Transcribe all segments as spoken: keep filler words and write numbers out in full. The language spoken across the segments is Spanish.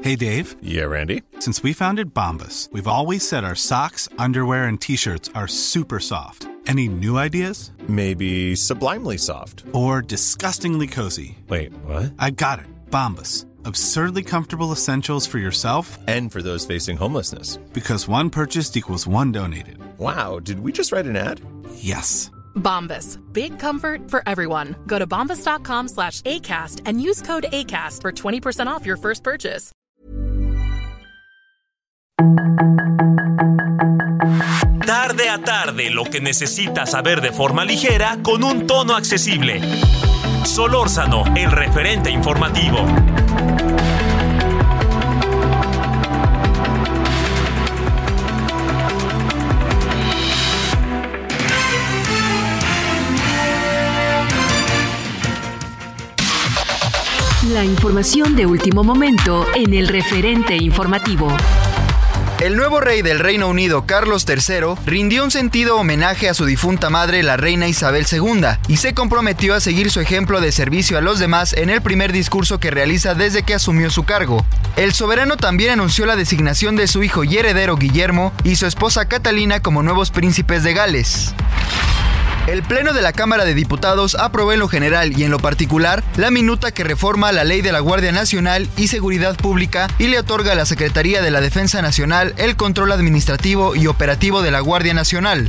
Hey, Dave. Yeah, Randy? Since we founded Bombas, we've always said our socks, underwear, and T-shirts are super soft. Any new ideas? Maybe sublimely soft. Or disgustingly cozy. Wait, what? I got it. Bombas. Absurdly comfortable essentials for yourself and for those facing homelessness. Because one purchased equals one donated. Wow, did we just write an ad? Yes. Bombas. Big comfort for everyone. Go to bombas.com slash ACAST and use code ACAST for twenty percent off your first purchase. Tarde a tarde, lo que necesitas saber de forma ligera con un tono accesible. Solórzano, el referente informativo. La información de último momento en el referente informativo. El nuevo rey del Reino Unido, Carlos tercero, rindió un sentido homenaje a su difunta madre, la reina Isabel segunda, y se comprometió a seguir su ejemplo de servicio a los demás en el primer discurso que realiza desde que asumió su cargo. El soberano también anunció la designación de su hijo y heredero Guillermo y su esposa Catalina como nuevos príncipes de Gales. El Pleno de la Cámara de Diputados aprobó en lo general y en lo particular la minuta que reforma la Ley de la Guardia Nacional y Seguridad Pública y le otorga a la Secretaría de la Defensa Nacional el control administrativo y operativo de la Guardia Nacional.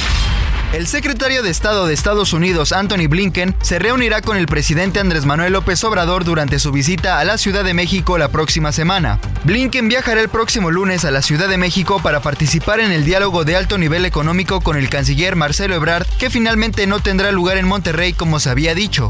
El secretario de Estado de Estados Unidos, Anthony Blinken, se reunirá con el presidente Andrés Manuel López Obrador durante su visita a la Ciudad de México la próxima semana. Blinken viajará el próximo lunes a la Ciudad de México para participar en el diálogo de alto nivel económico con el canciller Marcelo Ebrard, que finalmente no tendrá lugar en Monterrey como se había dicho.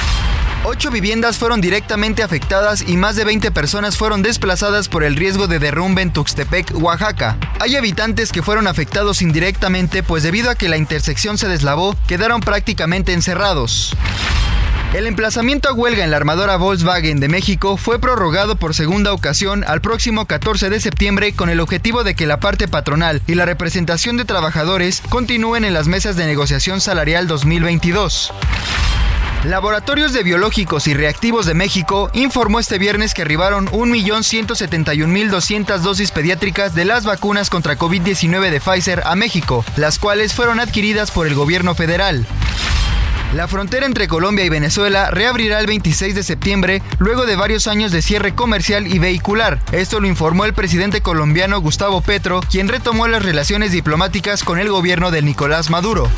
Ocho viviendas fueron directamente afectadas y más de veinte personas fueron desplazadas por el riesgo de derrumbe en Tuxtepec, Oaxaca. Hay habitantes que fueron afectados indirectamente, pues debido a que la intersección se deslavó, quedaron prácticamente encerrados. El emplazamiento a huelga en la armadora Volkswagen de México fue prorrogado por segunda ocasión al próximo catorce de septiembre con el objetivo de que la parte patronal y la representación de trabajadores continúen en las mesas de negociación salarial dos mil veintidós. Laboratorios de Biológicos y Reactivos de México informó este viernes que arribaron un millón ciento setenta y un mil doscientas dosis pediátricas de las vacunas contra covid diecinueve de Pfizer a México, las cuales fueron adquiridas por el gobierno federal. La frontera entre Colombia y Venezuela reabrirá el veintiséis de septiembre, luego de varios años de cierre comercial y vehicular. Esto lo informó el presidente colombiano Gustavo Petro, quien retomó las relaciones diplomáticas con el gobierno de Nicolás Maduro.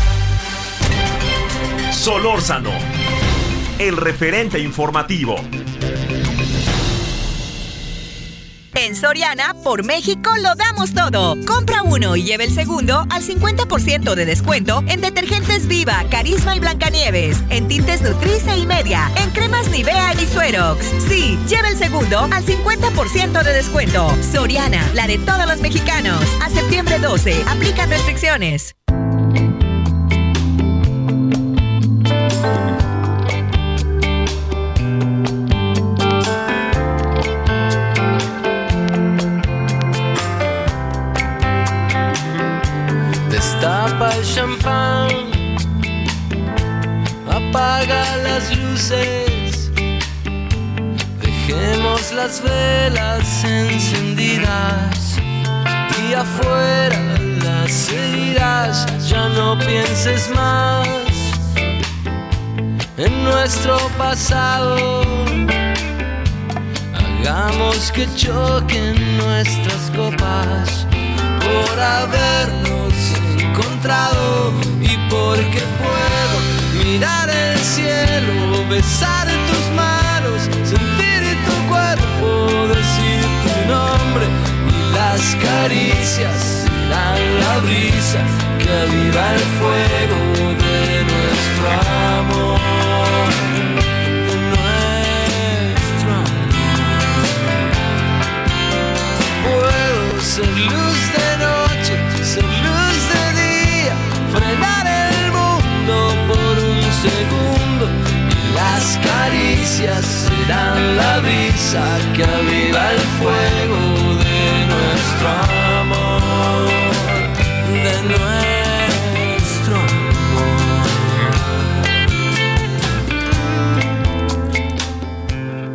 Solórzano, el referente informativo. En Soriana, por México, lo damos todo. Compra uno y lleve el segundo al cincuenta por ciento de descuento en detergentes Viva, Carisma y Blancanieves, en tintes Nutrice y Media, en cremas Nivea y Suerox. Sí, lleve el segundo al cincuenta por ciento de descuento. Soriana, la de todos los mexicanos. A septiembre doce, aplican restricciones. Destapa el champán, apaga las luces, dejemos las velas encendidas y afuera las heridas. Ya no pienses más en nuestro pasado, hagamos que choquen nuestras copas por habernos encontrado y porque puedo mirar el cielo, besar tus manos, sentir tu cuerpo, decir tu nombre y las caricias serán la brisa que aviva el fuego de nuestro amor. Ser luz de noche, ser luz de día, frenar el mundo por un segundo y las caricias serán la brisa que aviva el fuego de nuestro amor, de nuestro amor.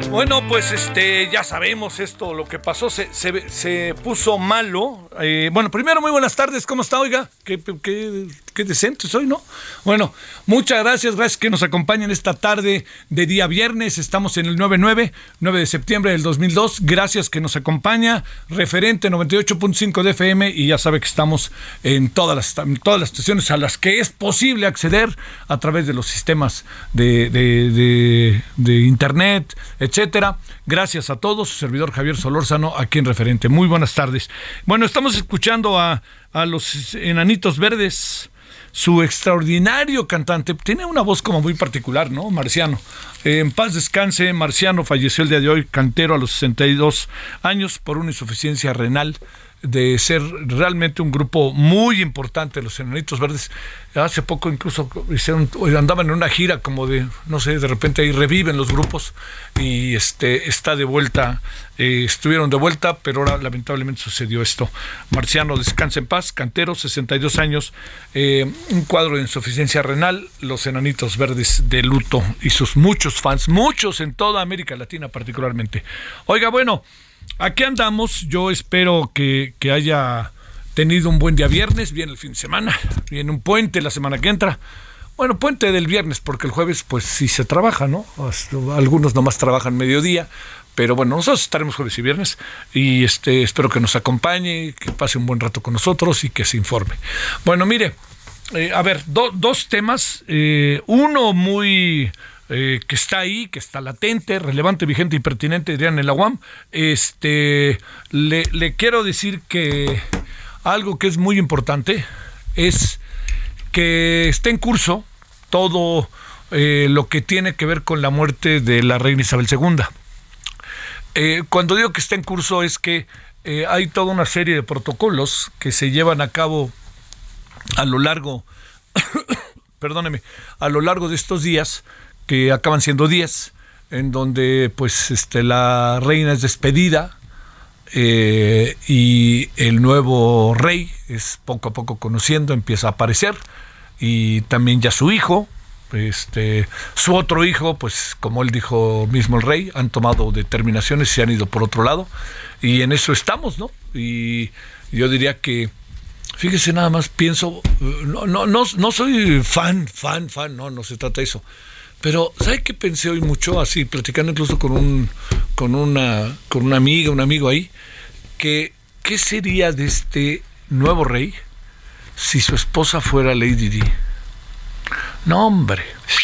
Bueno, pues este, ya sabemos esto, lo que pasó, se, se, se puso malo. Eh, bueno, primero, muy buenas tardes, ¿cómo está, oiga? Qué, qué, qué decente soy, ¿no? Bueno, muchas gracias, gracias que nos acompañen esta tarde de día viernes. Estamos en el nueve nueve, nueve de septiembre del dos mil dos. Gracias que nos acompaña, referente noventa y ocho punto cinco de F M, y ya sabe que estamos en todas las, en todas las estaciones a las que es posible acceder a través de los sistemas de, de, de, de internet, etcétera. Gracias a todos, su servidor Javier Solórzano, aquí en Referente. Muy buenas tardes. Bueno, estamos escuchando a, a los Enanitos Verdes, su extraordinario cantante. Tiene una voz como muy particular, ¿no? Marciano. Eh, en paz descanse, Marciano falleció el día de hoy, cantero, a los sesenta y dos años, por una insuficiencia renal, de ser realmente un grupo muy importante, los Enanitos Verdes. Hace poco incluso hicieron, andaban en una gira como de, no sé, de repente ahí reviven los grupos y este está de vuelta, eh, estuvieron de vuelta, pero ahora lamentablemente sucedió esto. Marciano, descansa en paz, cantero, sesenta y dos años, eh, un cuadro de insuficiencia renal, los Enanitos Verdes de luto, y sus muchos fans, muchos en toda América Latina particularmente. Oiga, bueno, aquí andamos. Yo espero que, que haya tenido un buen día viernes. Viene el fin de semana, viene un puente la semana que entra. Bueno, puente del viernes, porque el jueves pues sí se trabaja, ¿no? Algunos nomás trabajan mediodía, pero bueno, nosotros estaremos jueves y viernes, y este espero que nos acompañe, que pase un buen rato con nosotros y que se informe. Bueno, mire, eh, a ver, do, dos temas. Eh, uno muy... Eh, que está ahí, que está latente, relevante, vigente y pertinente, dirían en la U A M. Este, le, le quiero decir que algo que es muy importante es que está en curso todo eh, lo que tiene que ver con la muerte de la reina Isabel segunda. Eh, cuando digo que está en curso es que eh, hay toda una serie de protocolos que se llevan a cabo a lo largo, perdóneme, a lo largo de estos días, que acaban siendo diez, en donde pues este la reina es despedida, eh, y el nuevo rey es poco a poco conociendo, empieza a aparecer, y también ya su hijo, este su otro hijo, pues como él dijo mismo el rey, han tomado determinaciones y se han ido por otro lado, y en eso estamos, ¿no? Y yo diría que, fíjese, nada más pienso, no, no, no, no soy fan, fan, fan, no, no se trata de eso. Pero, ¿sabe qué pensé hoy mucho? Así, platicando incluso con un con una con una amiga, un amigo ahí, que ¿qué sería de este nuevo rey si su esposa fuera Lady Di? No, hombre.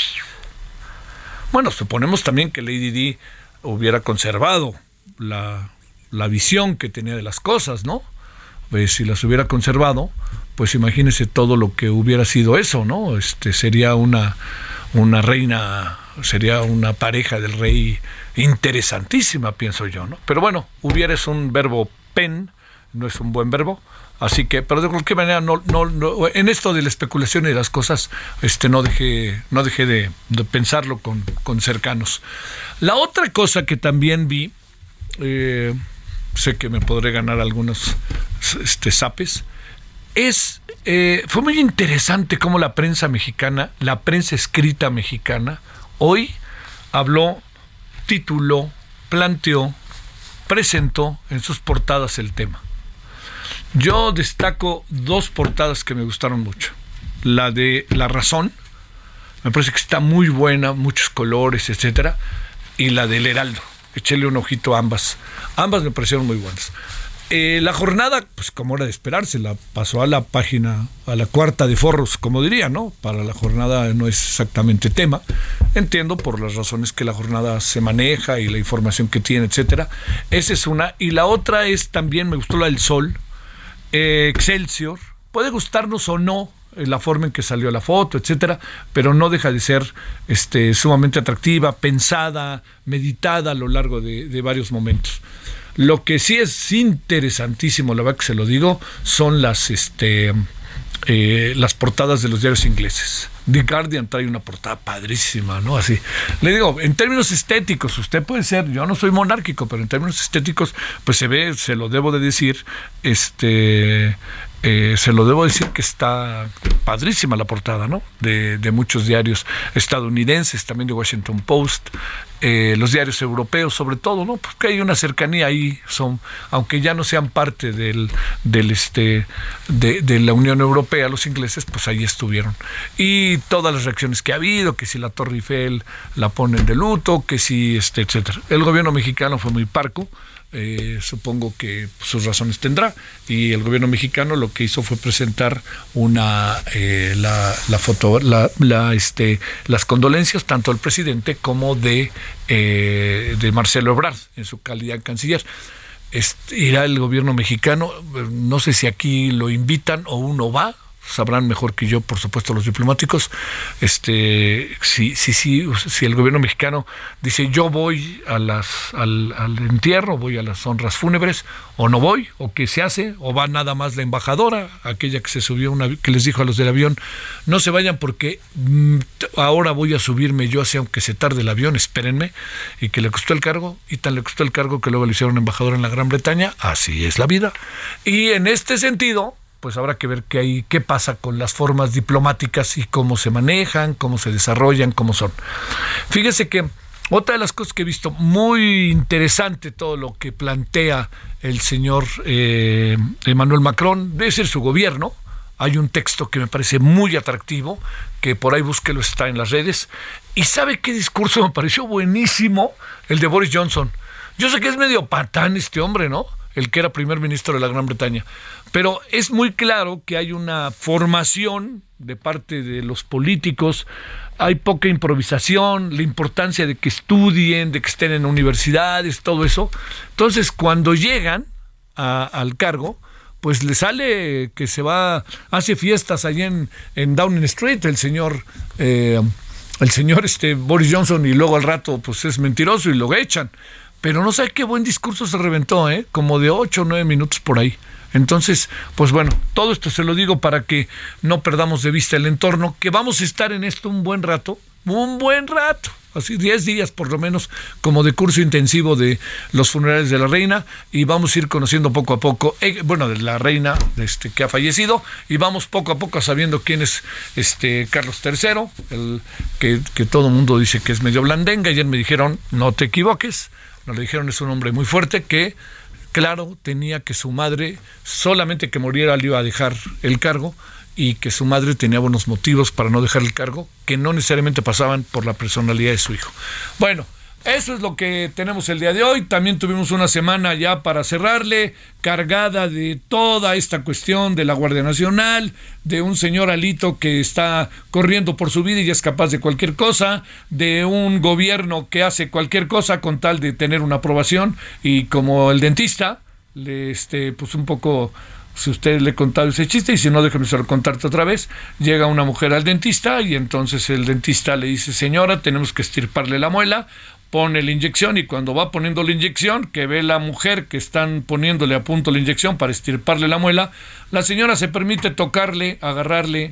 Bueno, suponemos también que Lady Di hubiera conservado la, la visión que tenía de las cosas, ¿no? Pues si las hubiera conservado, pues imagínese todo lo que hubiera sido eso, ¿no? Este sería una una reina, sería una pareja del rey interesantísima, pienso yo, ¿no? Pero bueno, hubiera es un verbo pen, no es un buen verbo, así que, pero de cualquier manera, no, no, no, en esto de la especulación y de las cosas, este, no dejé, no dejé de, de pensarlo con, con cercanos. La otra cosa que también vi, eh, sé que me podré ganar algunos este, zapes, es, eh, fue muy interesante cómo la prensa mexicana, la prensa escrita mexicana, hoy habló, tituló, planteó, presentó en sus portadas el tema. Yo destaco dos portadas que me gustaron mucho. La de La Razón, me parece que está muy buena, muchos colores, etcétera, y la del Heraldo. Échele un ojito a ambas. Ambas me parecieron muy buenas. Eh, la Jornada, pues como era de esperarse, la pasó a la página, a la cuarta de forros, como diría, ¿no? Para la Jornada no es exactamente tema. Entiendo por las razones que la Jornada se maneja y la información que tiene, etcétera. Esa es una. Y la otra es también, me gustó la del Sol, eh, Excelsior. Puede gustarnos o no eh, la forma en que salió la foto, etcétera, pero no deja de ser este, sumamente atractiva, pensada, meditada a lo largo de, de varios momentos. Lo que sí es interesantísimo, la verdad que se lo digo, son las este eh, las portadas de los diarios ingleses. The Guardian trae una portada padrísima, ¿no? Así. Le digo, en términos estéticos, usted puede ser, yo no soy monárquico, pero en términos estéticos, pues se ve, se lo debo de decir, este eh, se lo debo decir que está padrísima la portada, ¿no? De, de muchos diarios estadounidenses, también de Washington Post, eh, los diarios europeos sobre todo, ¿no? Porque hay una cercanía ahí, son, aunque ya no sean parte del, del este, de, de la Unión Europea, los ingleses, pues ahí estuvieron. Y todas las reacciones que ha habido, que si la Torre Eiffel la ponen de luto, que si, este, etcétera. El gobierno mexicano fue muy parco. Eh, supongo que sus razones tendrá, y el gobierno mexicano lo que hizo fue presentar una eh, la, la foto la, la este las condolencias tanto del presidente como de eh, de Marcelo Ebrard en su calidad de canciller. Este, irá el gobierno mexicano, no sé si aquí lo invitan o uno va, sabrán mejor que yo, por supuesto, los diplomáticos. Este, si, si, si, si el gobierno mexicano dice yo voy a las, al, al entierro, voy a las honras fúnebres, o no voy, o qué se hace, o va nada más la embajadora, aquella que se subió, una, que les dijo a los del avión, no se vayan porque mm, ahora voy a subirme yo, así aunque se tarde el avión, espérenme, y que le costó el cargo, y tan le costó el cargo que luego le hicieron embajador en la Gran Bretaña. Así es la vida. Y en este sentido, pues habrá que ver qué hay, qué pasa con las formas diplomáticas y cómo se manejan, cómo se desarrollan, cómo son. Fíjese que otra de las cosas que he visto muy interesante, todo lo que plantea el señor eh, Emmanuel Macron, debe ser su gobierno. Hay un texto que me parece muy atractivo, que por ahí búsquelo, está en las redes. ¿Y sabe qué discurso me pareció buenísimo? El de Boris Johnson. Yo sé que es medio patán este hombre, ¿no? El que era primer ministro de la Gran Bretaña. Pero es muy claro que hay una formación de parte de los políticos, hay poca improvisación, la importancia de que estudien, de que estén en universidades, todo eso. Entonces, cuando llegan a, al cargo, pues le sale que se va, hace fiestas allí en, en Downing Street, el señor... Eh, el señor este Boris Johnson, y luego al rato pues es mentiroso y lo echan. Pero no sabe qué buen discurso se reventó, ¿eh? Como de ocho o nueve minutos por ahí. Entonces, pues bueno, todo esto se lo digo para que no perdamos de vista el entorno, que vamos a estar en esto un buen rato, un buen rato, así diez días por lo menos, como de curso intensivo de los funerales de la reina, y vamos a ir conociendo poco a poco, eh, bueno, de la reina este, que ha fallecido, y vamos poco a poco sabiendo quién es este Carlos tercero, el que, que todo el mundo dice que es medio blandenga. Ayer me dijeron, no te equivoques, nos le dijeron, es un hombre muy fuerte que, claro, tenía que su madre, solamente que muriera le iba a dejar el cargo, y que su madre tenía buenos motivos para no dejar el cargo, que no necesariamente pasaban por la personalidad de su hijo. Bueno, eso es lo que tenemos el día de hoy. También tuvimos una semana ya para cerrarle, cargada de toda esta cuestión de la Guardia Nacional, de un señor Alito que está corriendo por su vida y ya es capaz de cualquier cosa, de un gobierno que hace cualquier cosa con tal de tener una aprobación, y como el dentista, le, este, pues un poco... Si usted le he contado ese chiste, y si no, déjeme solo contarte otra vez. Llega una mujer al dentista y entonces el dentista le dice, señora, tenemos que estirparle la muela, pone la inyección, y cuando va poniendo la inyección, que ve la mujer que están poniéndole a punto la inyección para estirparle la muela, la señora se permite tocarle, agarrarle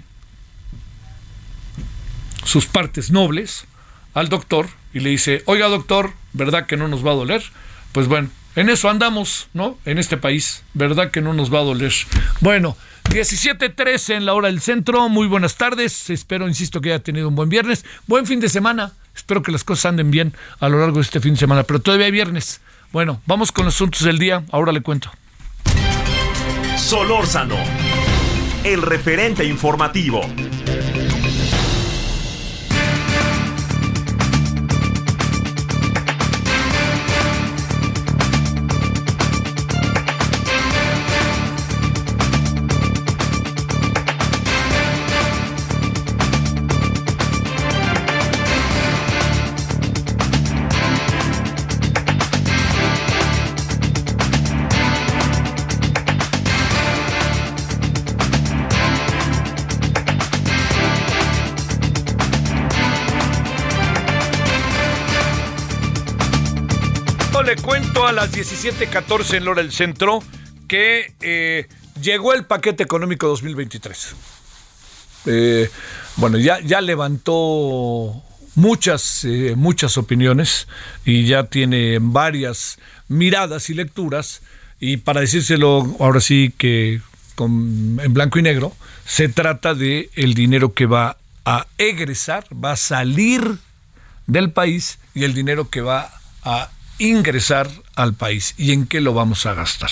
sus partes nobles al doctor y le dice, oiga doctor, ¿verdad que no nos va a doler? Pues bueno, en eso andamos, ¿no? En este país, ¿verdad que no nos va a doler? Bueno, diecisiete trece en la hora del centro. Muy buenas tardes. Espero, insisto, que haya tenido un buen viernes. Buen fin de semana. Espero que las cosas anden bien a lo largo de este fin de semana, pero todavía hay viernes. Bueno, vamos con los asuntos del día. Ahora le cuento. Solórzano, el referente informativo. Le cuento a las diecisiete catorce en la hora del centro que eh, llegó el paquete económico dos mil veintitrés. Eh, bueno, ya, ya levantó muchas, eh, muchas opiniones y ya tiene varias miradas y lecturas, y para decírselo ahora sí que con, en blanco y negro, se trata de el dinero que va a egresar, va a salir del país y el dinero que va a ingresar al país y en qué lo vamos a gastar.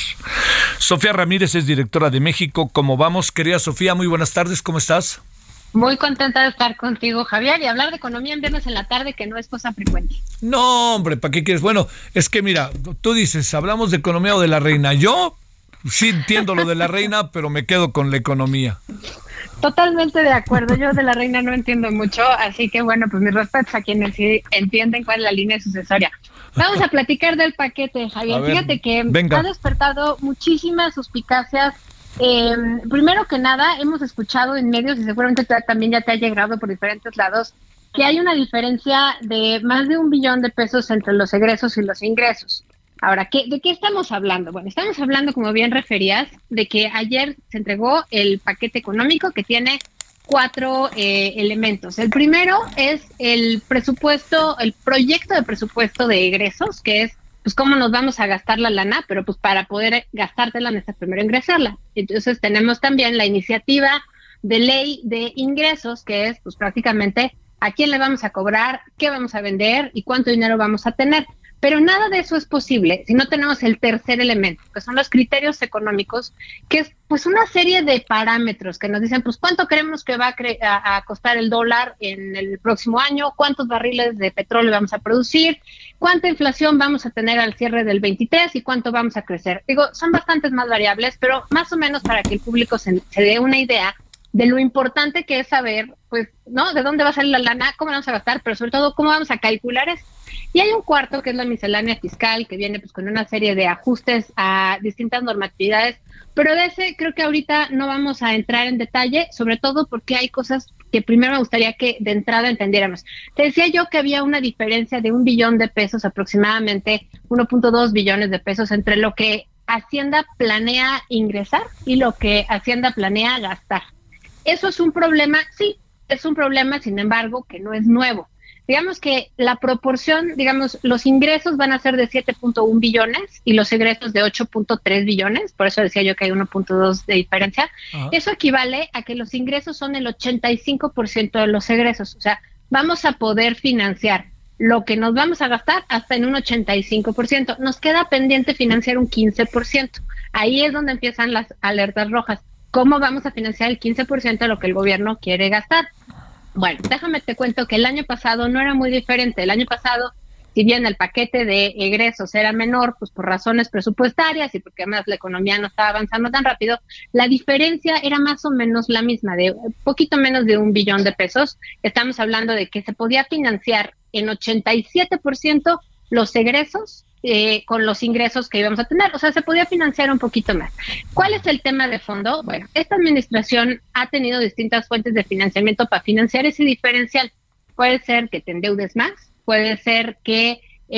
Sofía Ramírez es directora de México. ¿Cómo vamos? Querida Sofía, muy buenas tardes, ¿cómo estás? Muy contenta de estar contigo, Javier, y hablar de economía en viernes en la tarde, que no es cosa frecuente. No, hombre, ¿para qué quieres? Bueno, es que mira, tú dices, hablamos de economía o de la reina. Yo sí entiendo lo de la reina, pero me quedo con la economía. Totalmente de acuerdo, yo de la reina no entiendo mucho, así que bueno, pues mis respetos a quienes sí entienden cuál es la línea sucesoria. Vamos a platicar del paquete, Javier. Ver, fíjate que venga. Ha despertado muchísimas suspicacias. Eh, primero que nada, hemos escuchado en medios, y seguramente también ya te ha llegado por diferentes lados, que hay una diferencia de más de un billón de pesos entre los egresos y los ingresos. Ahora, ¿qué, ¿de qué estamos hablando? Bueno, estamos hablando, como bien referías, de que ayer se entregó el paquete económico que tiene cuatro eh, elementos. El primero es el presupuesto, el proyecto de presupuesto de egresos, que es pues cómo nos vamos a gastar la lana, pero pues para poder gastártela necesitas primero ingresarla. Entonces tenemos también la iniciativa de ley de ingresos, que es pues prácticamente a quién le vamos a cobrar, qué vamos a vender y cuánto dinero vamos a tener. Pero nada de eso es posible si no tenemos el tercer elemento, que son los criterios económicos, que es pues una serie de parámetros que nos dicen pues cuánto creemos que va a, cre- a, a costar el dólar en el próximo año, cuántos barriles de petróleo vamos a producir, cuánta inflación vamos a tener al cierre del veintitrés y cuánto vamos a crecer. Digo, son bastantes más variables, pero más o menos para que el público se, se dé una idea de lo importante que es saber, pues, ¿no? De dónde va a salir la lana, cómo vamos a gastar, pero sobre todo cómo vamos a calcular eso. Y hay un cuarto que es la miscelánea fiscal, que viene pues con una serie de ajustes a distintas normatividades, pero de ese creo que ahorita no vamos a entrar en detalle, sobre todo porque hay cosas que primero me gustaría que de entrada entendiéramos. Te decía yo que había una diferencia de un billón de pesos, aproximadamente uno punto dos billones de pesos, entre lo que Hacienda planea ingresar y lo que Hacienda planea gastar. ¿Eso es un problema? Sí, es un problema, sin embargo, que no es nuevo. Digamos que la proporción, digamos, los ingresos van a ser de siete punto uno billones y los egresos de ocho punto tres billones, por eso decía yo que hay uno punto dos de diferencia. Uh-huh. Eso equivale a que los ingresos son el ochenta y cinco por ciento de los egresos, o sea, vamos a poder financiar lo que nos vamos a gastar hasta en un ochenta y cinco por ciento. Nos queda pendiente financiar un quince por ciento. Ahí es donde empiezan las alertas rojas. ¿Cómo vamos a financiar el quince por ciento de lo que el gobierno quiere gastar? Bueno, déjame te cuento que el año pasado no era muy diferente. El año pasado, si bien el paquete de egresos era menor, pues por razones presupuestarias y porque además la economía no estaba avanzando tan rápido, la diferencia era más o menos la misma, de un poquito menos de un billón de pesos. Estamos hablando de que se podía financiar en ochenta y siete por ciento los egresos Eh, con los ingresos que íbamos a tener, o sea, se podía financiar un poquito más. ¿Cuál es el tema de fondo? Bueno, esta administración ha tenido distintas fuentes de financiamiento para financiar ese diferencial. Puede ser que te endeudes más, puede ser que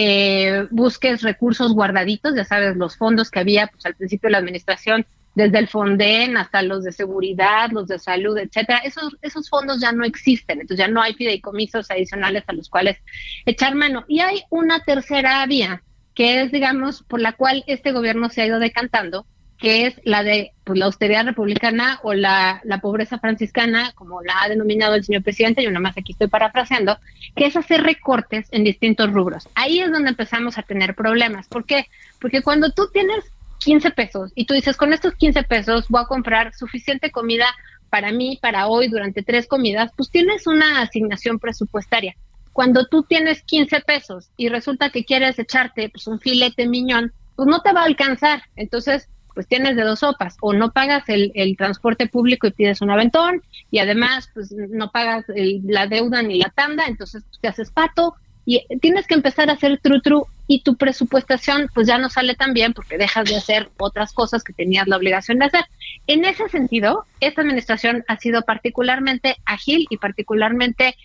eh, busques recursos guardaditos, ya sabes, los fondos que había pues al principio de la administración, desde el Fonden hasta los de seguridad, los de salud, etcétera. Esos, esos fondos ya no existen, entonces ya no hay fideicomisos adicionales a los cuales echar mano. Y hay una tercera vía, que es, digamos, por la cual este gobierno se ha ido decantando, que es la de pues, la austeridad republicana o la, la pobreza franciscana, como la ha denominado el señor presidente, yo nada más aquí estoy parafraseando, que es hacer recortes en distintos rubros. Ahí es donde empezamos a tener problemas. ¿Por qué? Porque cuando tú tienes quince pesos y tú dices, con estos quince pesos voy a comprar suficiente comida para mí, para hoy, durante tres comidas, pues tienes una asignación presupuestaria. Cuando tú tienes quince pesos y resulta que quieres echarte pues, un filete miñón, pues no te va a alcanzar. Entonces, pues tienes de dos sopas. O no pagas el, el transporte público y pides un aventón, y además pues no pagas el, la deuda ni la tanda, entonces pues, te haces pato. Y tienes que empezar a hacer tru-tru y tu presupuestación pues ya no sale tan bien porque dejas de hacer otras cosas que tenías la obligación de hacer. En ese sentido, esta administración ha sido particularmente ágil y particularmente...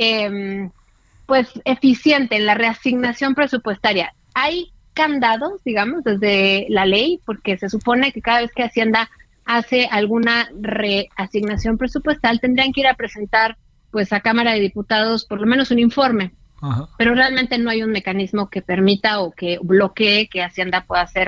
Eh, pues eficiente en la reasignación presupuestaria. Hay candados, digamos, desde la ley, porque se supone que cada vez que Hacienda hace alguna reasignación presupuestal, tendrían que ir a presentar pues a Cámara de Diputados por lo menos un informe. Ajá. Pero realmente no hay un mecanismo que permita o que bloquee que Hacienda pueda hacer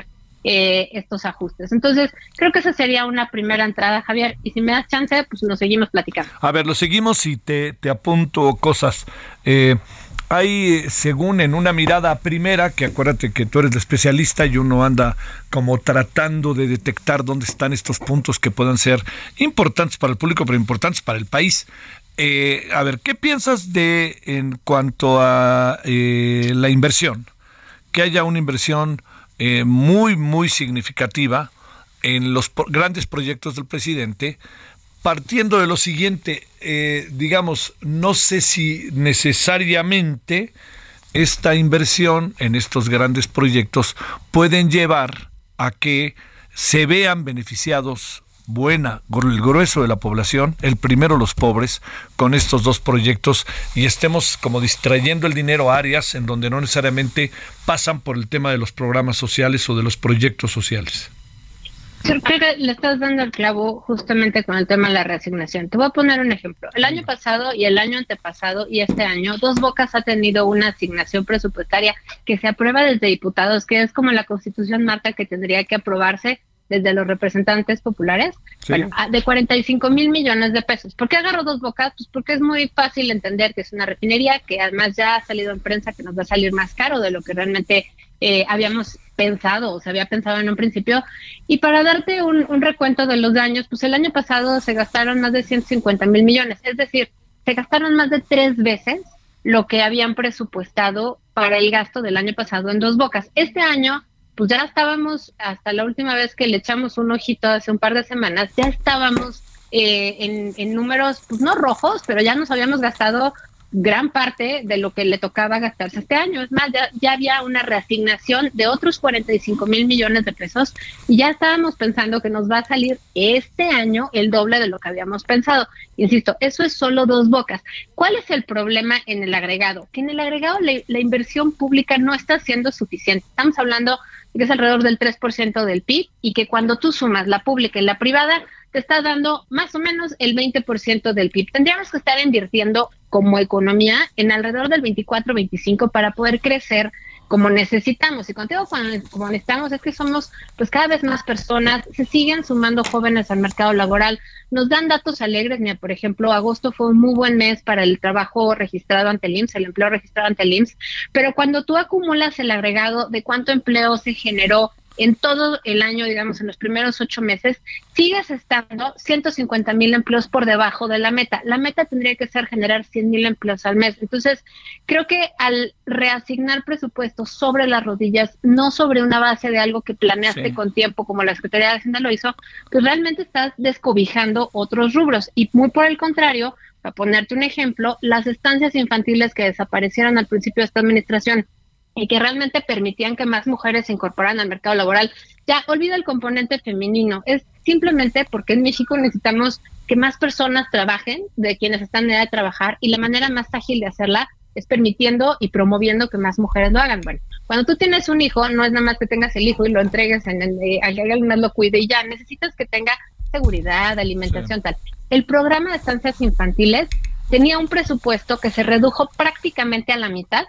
eh, estos ajustes. Entonces, creo que esa sería una primera entrada, Javier, y si me das chance, pues nos seguimos platicando. A ver, lo seguimos y te, te apunto cosas. Eh, hay, según en una mirada primera, que acuérdate que tú eres la especialista y uno anda como tratando de detectar dónde están estos puntos que puedan ser importantes para el público, pero importantes para el país. Eh, a ver, ¿qué piensas de en cuanto a eh, la inversión? Que haya una inversión eh, muy, muy significativa en los pro- grandes proyectos del presidente, partiendo de lo siguiente, eh, digamos, no sé si necesariamente esta inversión en estos grandes proyectos pueden llevar a que se vean beneficiados buena, el grueso de la población, el primero los pobres, con estos dos proyectos, y estemos como distrayendo el dinero a áreas en donde no necesariamente pasan por el tema de los programas sociales o de los proyectos sociales. Creo que le estás dando el clavo justamente con el tema de la reasignación. Te voy a poner un ejemplo. El año pasado y el año antepasado y este año, Dos Bocas ha tenido una asignación presupuestaria que se aprueba desde diputados, que es como la Constitución marca que tendría que aprobarse desde los representantes populares, sí. Bueno, de cuarenta y cinco mil millones de pesos. ¿Por qué agarro Dos Bocas? Pues porque es muy fácil entender que es una refinería que además ya ha salido en prensa que nos va a salir más caro de lo que realmente eh, habíamos pensado o se había pensado en un principio. Y para darte un, un recuento de los daños, pues el año pasado se gastaron más de ciento cincuenta mil millones, es decir, se gastaron más de tres veces lo que habían presupuestado para el gasto del año pasado en Dos Bocas. Este año pues ya estábamos, hasta la última vez que le echamos un ojito hace un par de semanas, ya estábamos eh, en, en números, pues no rojos, pero ya nos habíamos gastado gran parte de lo que le tocaba gastarse este año. Es más, ya, ya había una reasignación de otros cuarenta y cinco mil millones de pesos y ya estábamos pensando que nos va a salir este año el doble de lo que habíamos pensado. Insisto, eso es solo Dos Bocas. ¿Cuál es el problema en el agregado? Que en el agregado la, la inversión pública no está siendo suficiente. Estamos hablando que es alrededor del tres por ciento del P I B y que cuando tú sumas la pública y la privada te está dando más o menos el veinte por ciento del P I B. Tendríamos que estar invirtiendo como economía en alrededor del veinticuatro, veinticinco para poder crecer como necesitamos. Y contigo como necesitamos es que somos pues cada vez más personas, se siguen sumando jóvenes al mercado laboral, nos dan datos alegres. Mira, por ejemplo, agosto fue un muy buen mes para el trabajo registrado ante el I M S S, el empleo registrado ante el I M S S, pero cuando tú acumulas el agregado de cuánto empleo se generó en todo el año, digamos, en los primeros ocho meses, sigues estando ciento cincuenta mil empleos por debajo de la meta. La meta tendría que ser generar cien mil empleos al mes. Entonces, creo que al reasignar presupuestos sobre las rodillas, no sobre una base de algo que planeaste sí. con tiempo, como la Secretaría de Hacienda lo hizo, pues realmente estás descobijando otros rubros. Y muy por el contrario, para ponerte un ejemplo, las estancias infantiles que desaparecieron al principio de esta administración, y que realmente permitían que más mujeres se incorporaran al mercado laboral. Ya, olvida el componente femenino, es simplemente porque en México necesitamos que más personas trabajen, de quienes están en edad de trabajar, y la manera más ágil de hacerla es permitiendo y promoviendo que más mujeres lo hagan. Bueno, cuando tú tienes un hijo, no es nada más que tengas el hijo y lo entregues en el, eh, a que alguien más lo cuide y ya, necesitas que tenga seguridad, alimentación, sí. tal. El programa de estancias infantiles tenía un presupuesto que se redujo prácticamente a la mitad,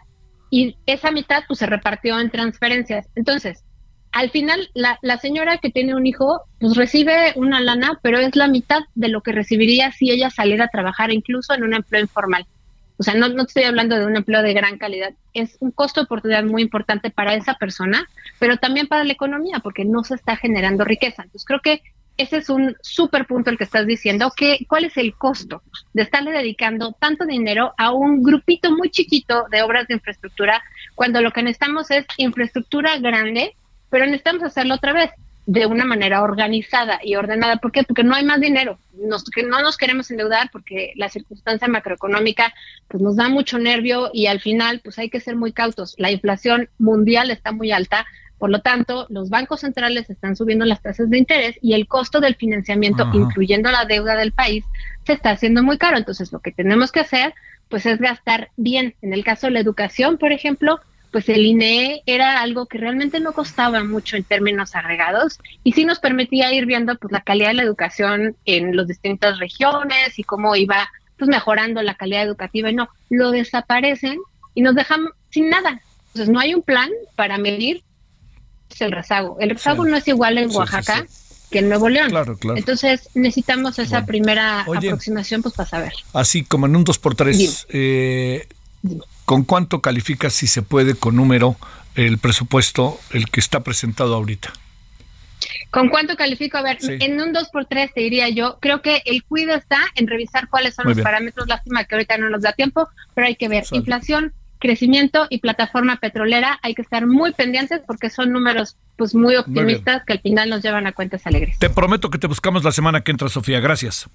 y esa mitad pues se repartió en transferencias. Entonces, al final, la, la señora que tiene un hijo, pues recibe una lana, pero es la mitad de lo que recibiría si ella saliera a trabajar, incluso en un empleo informal. O sea, no, no estoy hablando de un empleo de gran calidad. Es un costo de oportunidad muy importante para esa persona, pero también para la economía, porque no se está generando riqueza. Entonces, creo que ese es un súper punto el que estás diciendo, que cuál es el costo de estarle dedicando tanto dinero a un grupito muy chiquito de obras de infraestructura, cuando lo que necesitamos es infraestructura grande, pero necesitamos hacerlo otra vez de una manera organizada y ordenada. ¿Por qué? Porque no hay más dinero, nos, que no nos queremos endeudar porque la circunstancia macroeconómica pues nos da mucho nervio y al final pues hay que ser muy cautos. La inflación mundial está muy alta. Por lo tanto, los bancos centrales están subiendo las tasas de interés y el costo del financiamiento, Ajá. incluyendo la deuda del país, se está haciendo muy caro. Entonces, lo que tenemos que hacer, pues, es gastar bien. En el caso de la educación, por ejemplo, pues el I N E era algo que realmente no costaba mucho en términos agregados y sí nos permitía ir viendo, pues, la calidad de la educación en las distintas regiones y cómo iba, pues, mejorando la calidad educativa. Y no, lo desaparecen y nos dejan sin nada. Entonces, no hay un plan para medir el rezago. El rezago sí. no es igual en Oaxaca sí, sí, sí. que en Nuevo León. Claro, claro. Entonces necesitamos esa bueno. primera Oye, aproximación pues para saber. Así como en un dos por tres, eh, ¿con cuánto calificas, si se puede, con número, el presupuesto, el que está presentado ahorita? ¿Con cuánto califico? A ver, sí. en un dos por tres te diría yo, creo que el cuidado está en revisar cuáles son Muy los bien. parámetros, lástima que ahorita no nos da tiempo, pero hay que ver Sal. inflación, crecimiento y plataforma petrolera, hay que estar muy pendientes porque son números pues muy optimistas muy que al final nos llevan a cuentas alegres. Te prometo que te buscamos la semana que entra, Sofía, gracias.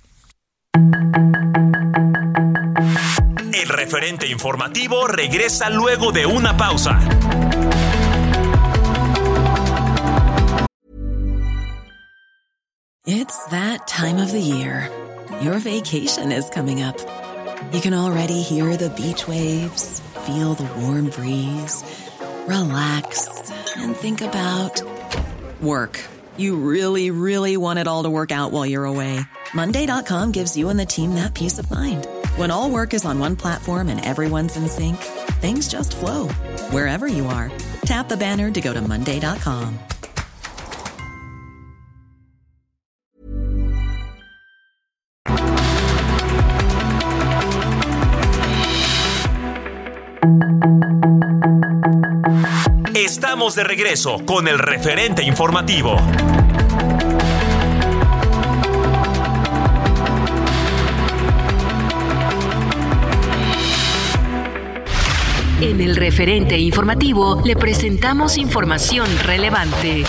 El referente informativo regresa luego de una pausa. It's that time of the year. Your vacation is coming up. You can already hear the beach waves, feel the warm breeze, relax, and think about work. You really, really want it all to work out while you're away. Monday dot com gives you and the team that peace of mind. When all work is on one platform and everyone's in sync, things just flow. Wherever you are, tap the banner to go to Monday dot com. Estamos de regreso con el referente informativo. En el referente informativo le presentamos información relevante.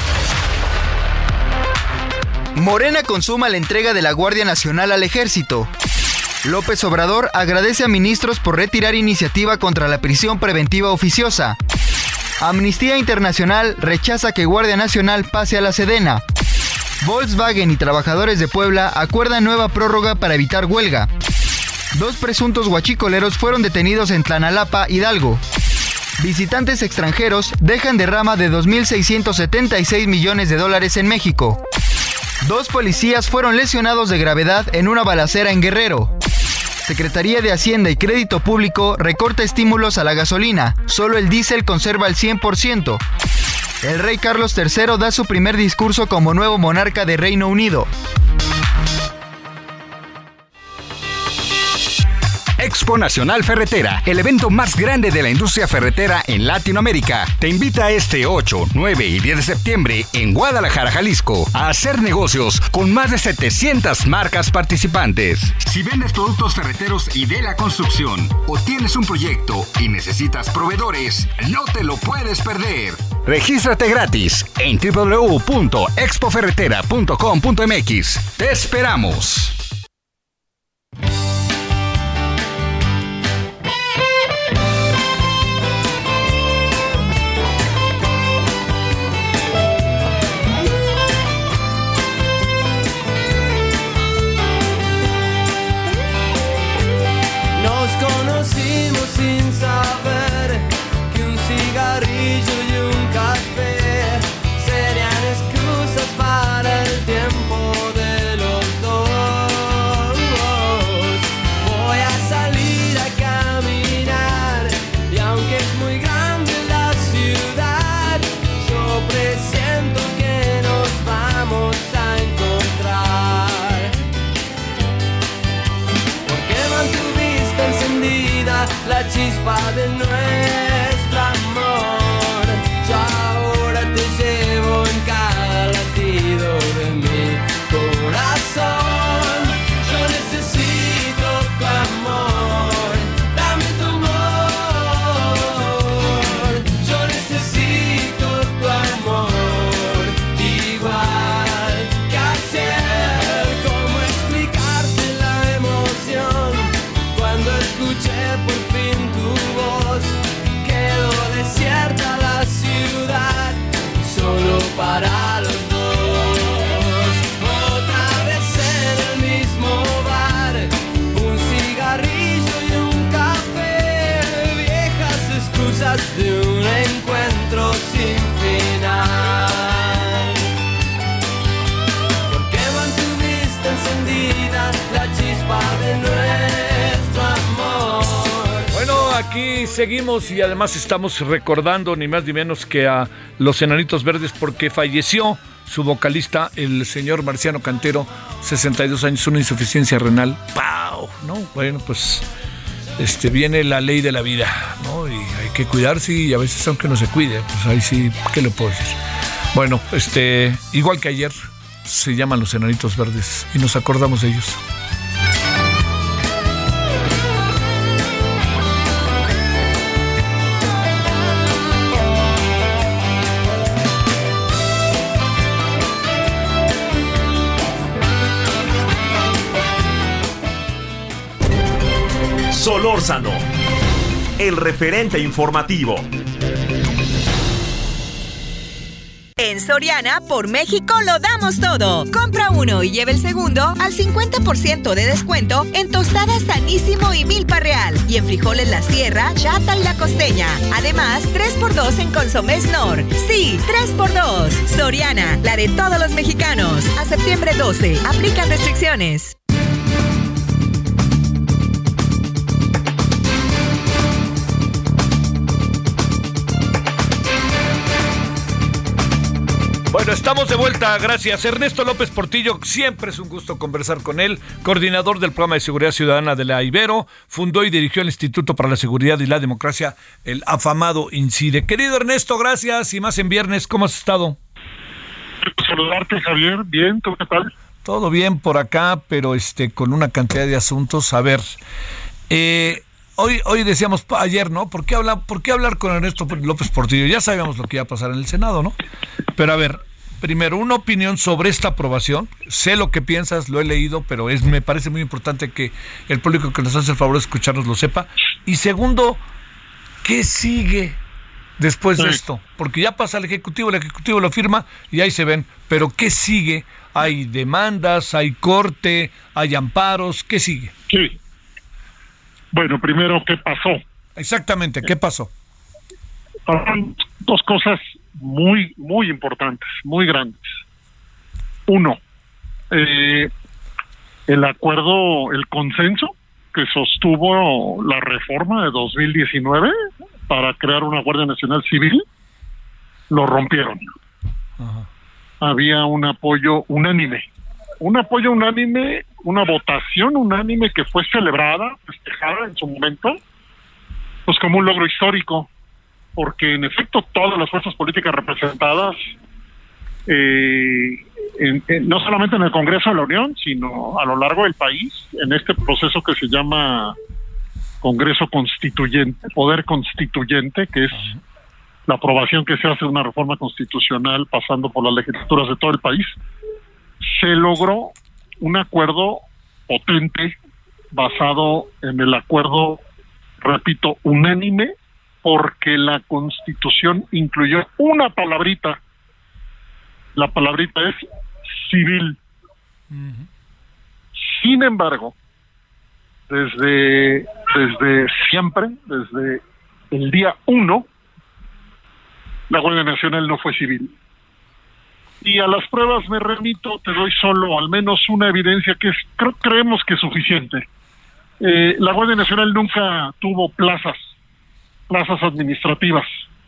Morena consuma la entrega de la Guardia Nacional al Ejército. López Obrador agradece a ministros por retirar iniciativa contra la prisión preventiva oficiosa. Amnistía Internacional rechaza que Guardia Nacional pase a la Sedena. Volkswagen y trabajadores de Puebla acuerdan nueva prórroga para evitar huelga. Dos presuntos huachicoleros fueron detenidos en Tlanalapa, Hidalgo. Visitantes extranjeros dejan derrama de dos mil seiscientos setenta y seis millones de dólares en México. Dos policías fueron lesionados de gravedad en una balacera en Guerrero. Secretaría de Hacienda y Crédito Público recorta estímulos a la gasolina. Solo el diésel conserva el cien por ciento. El rey Carlos tercero da su primer discurso como nuevo monarca de Reino Unido. Expo Nacional Ferretera, el evento más grande de la industria ferretera en Latinoamérica, te invita este ocho, nueve y diez de septiembre en Guadalajara, Jalisco, a hacer negocios con más de setecientas marcas participantes. Si vendes productos ferreteros y de la construcción, o tienes un proyecto y necesitas proveedores, no te lo puedes perder. Regístrate gratis en doble u doble u doble u punto expo ferretera punto com punto m x. ¡Te esperamos! Sin saber que un cigarrillo y un café serían excusas para el tiempo de los dos. Voy a salir a caminar y aunque es muy grande la ciudad, yo presiento que nos vamos a encontrar. Porque mantuviste encendida la chispa de nuestro amor. Yo ahora te llevo en cada latido de mi corazón. Yo necesito tu amor, dame tu amor. Yo necesito tu amor, igual que ayer. ¿Cómo explicarte la emoción cuando escuché por fin tu voz? aquí seguimos y además estamos recordando ni más ni menos que a los Enanitos Verdes porque falleció su vocalista, el señor Marciano Cantero, sesenta y dos años, una insuficiencia renal. ¡Pau! ¿No? Bueno, pues este viene la ley de la vida, ¿no? Y hay que cuidarse y a veces aunque no se cuide, pues ahí sí, ¿qué le puedo decir? Bueno, este, igual que ayer, se llaman los Enanitos Verdes y nos acordamos de ellos. Solórzano, el referente informativo. En Soriana, por México, lo damos todo. Compra uno y lleve el segundo al cincuenta por ciento de descuento en tostadas Sanísimo y Milpa Real. Y en frijoles La Sierra, Chata y La Costeña. Además, tres por dos en consomés Knorr. Sí, tres por dos. Soriana, la de todos los mexicanos. A septiembre doce, aplican restricciones. Bueno, estamos de vuelta, gracias. Ernesto López Portillo, siempre es un gusto conversar con él, coordinador del Programa de Seguridad Ciudadana de la Ibero, fundó y dirigió el Instituto para la Seguridad y la Democracia, el afamado INCIDE. Querido Ernesto, gracias y más en viernes, ¿cómo has estado? Saludarte, Javier, bien, ¿tú qué tal? Todo bien por acá, pero este con una cantidad de asuntos. A ver, eh... Hoy, hoy decíamos ayer, ¿no? ¿Por qué, habla, ¿Por qué hablar con Ernesto López Portillo? Ya sabíamos lo que iba a pasar en el Senado, ¿no? Pero a ver, primero, una opinión sobre esta aprobación. Sé lo que piensas, lo he leído, pero es me parece muy importante que el público que nos hace el favor de escucharnos lo sepa. Y segundo, ¿qué sigue después de esto? Porque ya pasa el Ejecutivo, el Ejecutivo lo firma y ahí se ven. Pero ¿qué sigue? ¿Hay demandas, hay corte, hay amparos? ¿Qué sigue? Sí. Bueno, primero, ¿qué pasó? Exactamente, ¿qué pasó? Pasaron dos cosas muy, muy importantes, muy grandes. Uno, eh, el acuerdo, el consenso que sostuvo la reforma de dos mil diecinueve para crear una Guardia Nacional Civil, lo rompieron. Ajá. Había un apoyo unánime. Un apoyo unánime, una votación unánime que fue celebrada, festejada en su momento, pues como un logro histórico, porque en efecto todas las fuerzas políticas representadas, eh, en, en, no solamente en el Congreso de la Unión, sino a lo largo del país, en este proceso que se llama Congreso Constituyente, Poder Constituyente, que es la aprobación que se hace de una reforma constitucional pasando por las legislaturas de todo el país, se logró un acuerdo potente basado en el acuerdo, repito, unánime, porque la Constitución incluyó una palabrita. La palabrita es civil. Uh-huh. Sin embargo, desde, desde siempre, desde el día uno, la Guardia Nacional no fue civil. Y a las pruebas me remito, te doy solo al menos una evidencia que es, creo, creemos que es suficiente. Eh, la Guardia Nacional nunca tuvo plazas, plazas administrativas.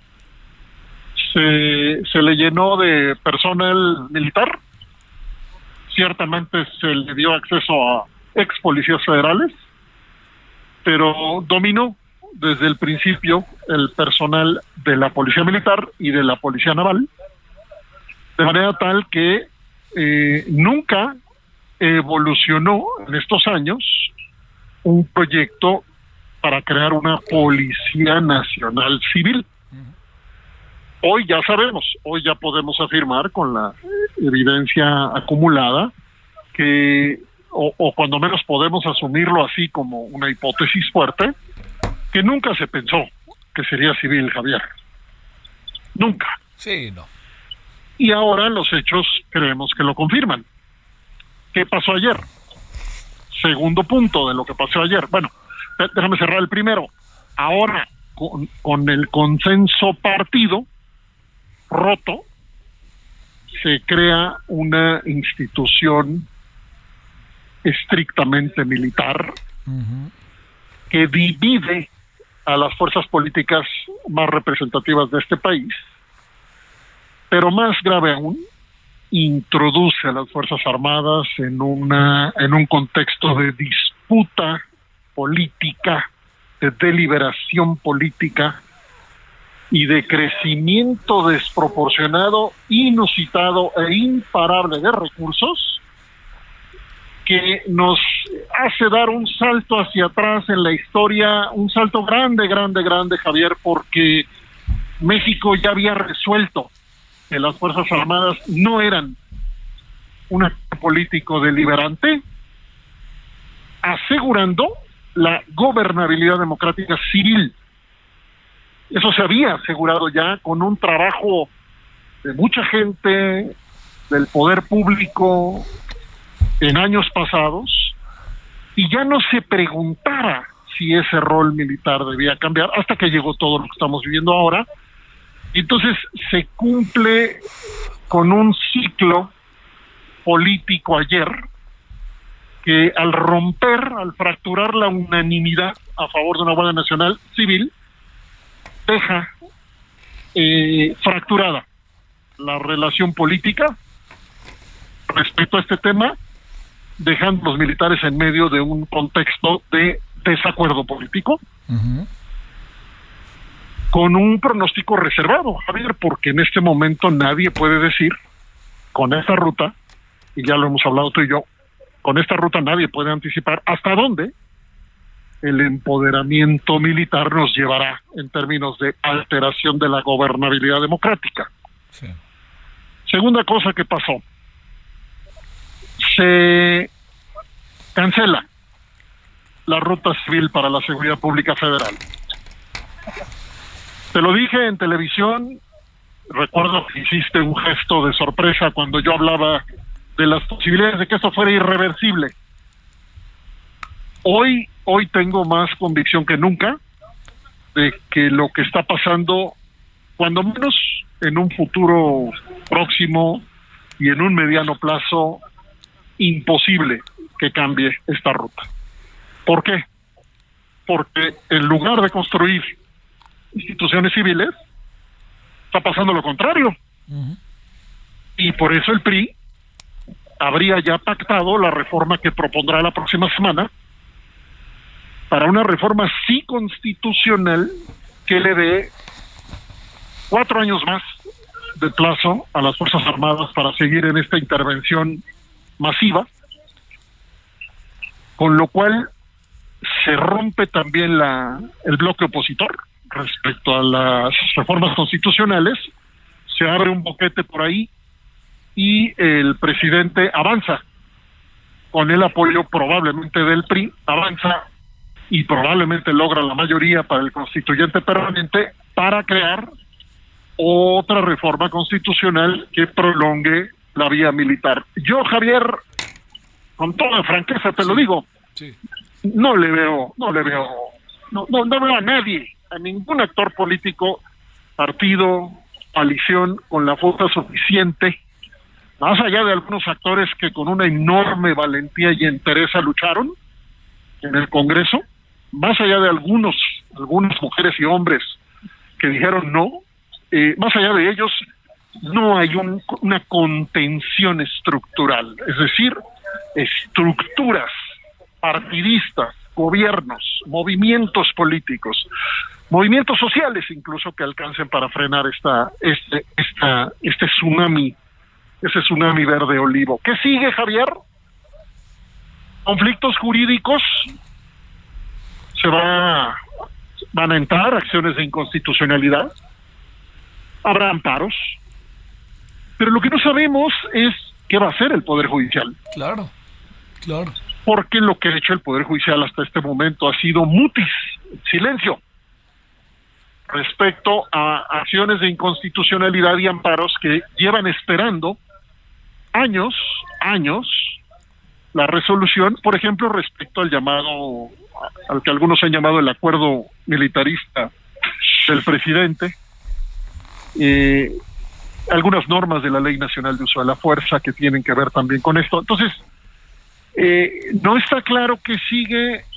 Se, se le llenó de personal militar, ciertamente se le dio acceso a ex policías federales, pero dominó desde el principio el personal de la Policía Militar y de la Policía Naval, de manera tal que eh, nunca evolucionó en estos años un proyecto para crear una Policía Nacional Civil. Hoy ya sabemos, hoy ya podemos afirmar con la evidencia acumulada que, o, o cuando menos podemos asumirlo así como una hipótesis fuerte, que nunca se pensó que sería civil, Javier. Nunca. Sí, no. Y ahora los hechos creemos que lo confirman. ¿Qué pasó ayer? Segundo punto de lo que pasó ayer. Bueno, déjame cerrar el primero. Ahora, con, con el consenso partido roto, se crea una institución estrictamente militar uh-huh. que divide a las fuerzas políticas más representativas de este país, pero más grave aún, introduce a las Fuerzas Armadas en una en un contexto de disputa política, de deliberación política y de crecimiento desproporcionado, inusitado e imparable de recursos, que nos hace dar un salto hacia atrás en la historia, un salto grande, grande, grande, Javier, porque México ya había resuelto que las Fuerzas Armadas no eran un actor político deliberante, asegurando la gobernabilidad democrática civil. Eso se había asegurado ya con un trabajo de mucha gente, del poder público en años pasados, y ya no se preguntara si ese rol militar debía cambiar, hasta que llegó todo lo que estamos viviendo ahora. Entonces se cumple con un ciclo político ayer que, al romper, al fracturar la unanimidad a favor de una Guardia Nacional civil, deja eh, fracturada la relación política respecto a este tema, dejando a los militares en medio de un contexto de desacuerdo político. Uh-huh. Con un pronóstico reservado, Javier, porque en este momento nadie puede decir, con esta ruta, y ya lo hemos hablado tú y yo, con esta ruta nadie puede anticipar hasta dónde el empoderamiento militar nos llevará en términos de alteración de la gobernabilidad democrática. Sí. Segunda cosa que pasó, se cancela la ruta civil para la seguridad pública federal. Te lo dije en televisión, recuerdo que hiciste un gesto de sorpresa cuando yo hablaba de las posibilidades de que esto fuera irreversible. Hoy, hoy tengo más convicción que nunca de que lo que está pasando, cuando menos en un futuro próximo y en un mediano plazo, imposible que cambie esta ruta. ¿Por qué? Porque en lugar de construir instituciones civiles, está pasando lo contrario. Uh-huh. Y por eso el P R I habría ya pactado la reforma que propondrá la próxima semana, para una reforma sí constitucional que le dé cuatro años más de plazo a las Fuerzas Armadas para seguir en esta intervención masiva, con lo cual se rompe también la el bloque opositor respecto a las reformas constitucionales, se abre un boquete por ahí y el presidente avanza con el apoyo probablemente del P R I, avanza y probablemente logra la mayoría para el constituyente permanente para crear otra reforma constitucional que prolongue la vía militar. Yo, Javier, con toda franqueza te sí. lo digo, sí. no le veo, no le veo, no, no, no veo a nadie, a ningún actor político, partido, coalición con la fuerza suficiente, más allá de algunos actores que con una enorme valentía y entereza lucharon en el Congreso, más allá de algunos, algunas mujeres y hombres que dijeron no, eh, más allá de ellos, no hay un, una contención estructural, es decir, estructuras partidistas, gobiernos, movimientos políticos, movimientos sociales incluso que alcancen para frenar esta, este, esta, este tsunami, ese tsunami verde olivo. ¿Qué sigue, Javier? Conflictos jurídicos, se va, van a entrar acciones de inconstitucionalidad, habrá amparos, pero lo que no sabemos es qué va a hacer el Poder Judicial. Claro, claro. Porque lo que ha hecho el Poder Judicial hasta este momento ha sido mutis, silencio, respecto a acciones de inconstitucionalidad y amparos que llevan esperando años, años, la resolución, por ejemplo, respecto al llamado, al que algunos han llamado el acuerdo militarista del presidente, eh, algunas normas de la Ley Nacional de Uso de la Fuerza que tienen que ver también con esto. Entonces, eh, no está claro qué sigue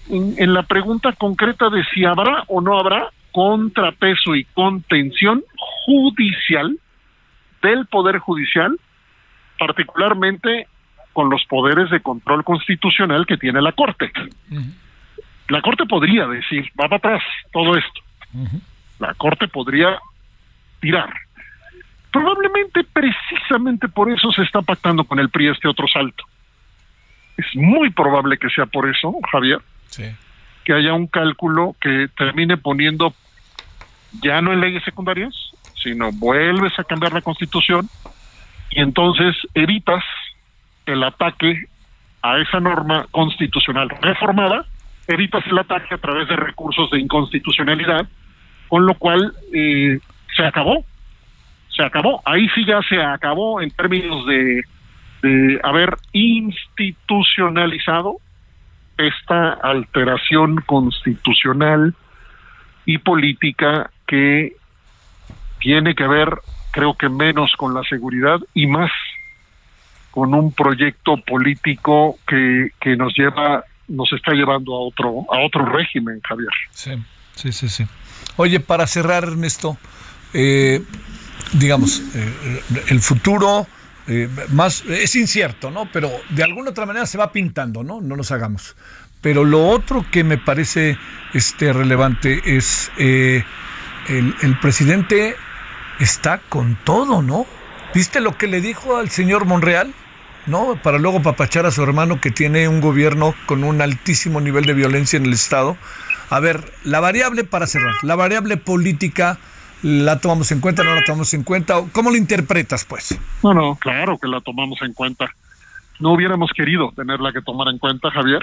en, en la pregunta concreta de si habrá o no habrá contrapeso y contención judicial del Poder Judicial, particularmente con los poderes de control constitucional que tiene la Corte. Uh-huh. La Corte podría decir, va para atrás todo esto. Uh-huh. La Corte podría tirar. Probablemente precisamente por eso se está pactando con el P R I este otro salto. Es muy probable que sea por eso, Javier, sí, que haya un cálculo que termine poniendo, ya no en leyes secundarias, sino vuelves a cambiar la Constitución y entonces evitas el ataque a esa norma constitucional reformada, evitas el ataque a través de recursos de inconstitucionalidad, con lo cual eh, se acabó, se acabó, ahí sí ya se acabó en términos de, de haber institucionalizado esta alteración constitucional y política que tiene que ver, creo que menos con la seguridad y más con un proyecto político que, que nos lleva, nos está llevando a otro, a otro régimen, Javier. Sí, sí, sí, sí. Oye, para cerrar, Ernesto, eh, digamos, eh, el futuro eh, más es incierto, ¿no? Pero de alguna otra manera se va pintando, ¿no? No nos hagamos. Pero lo otro que me parece este relevante es eh, el, el presidente está con todo, ¿no? ¿Viste lo que le dijo al señor Monreal? ¿No? Para luego papachar a su hermano que tiene un gobierno con un altísimo nivel de violencia en el Estado. A ver, la variable, para cerrar, la variable política, ¿la tomamos en cuenta, no la tomamos en cuenta? ¿Cómo lo interpretas, pues? No, no, claro que la tomamos en cuenta. No hubiéramos querido tenerla que tomar en cuenta, Javier,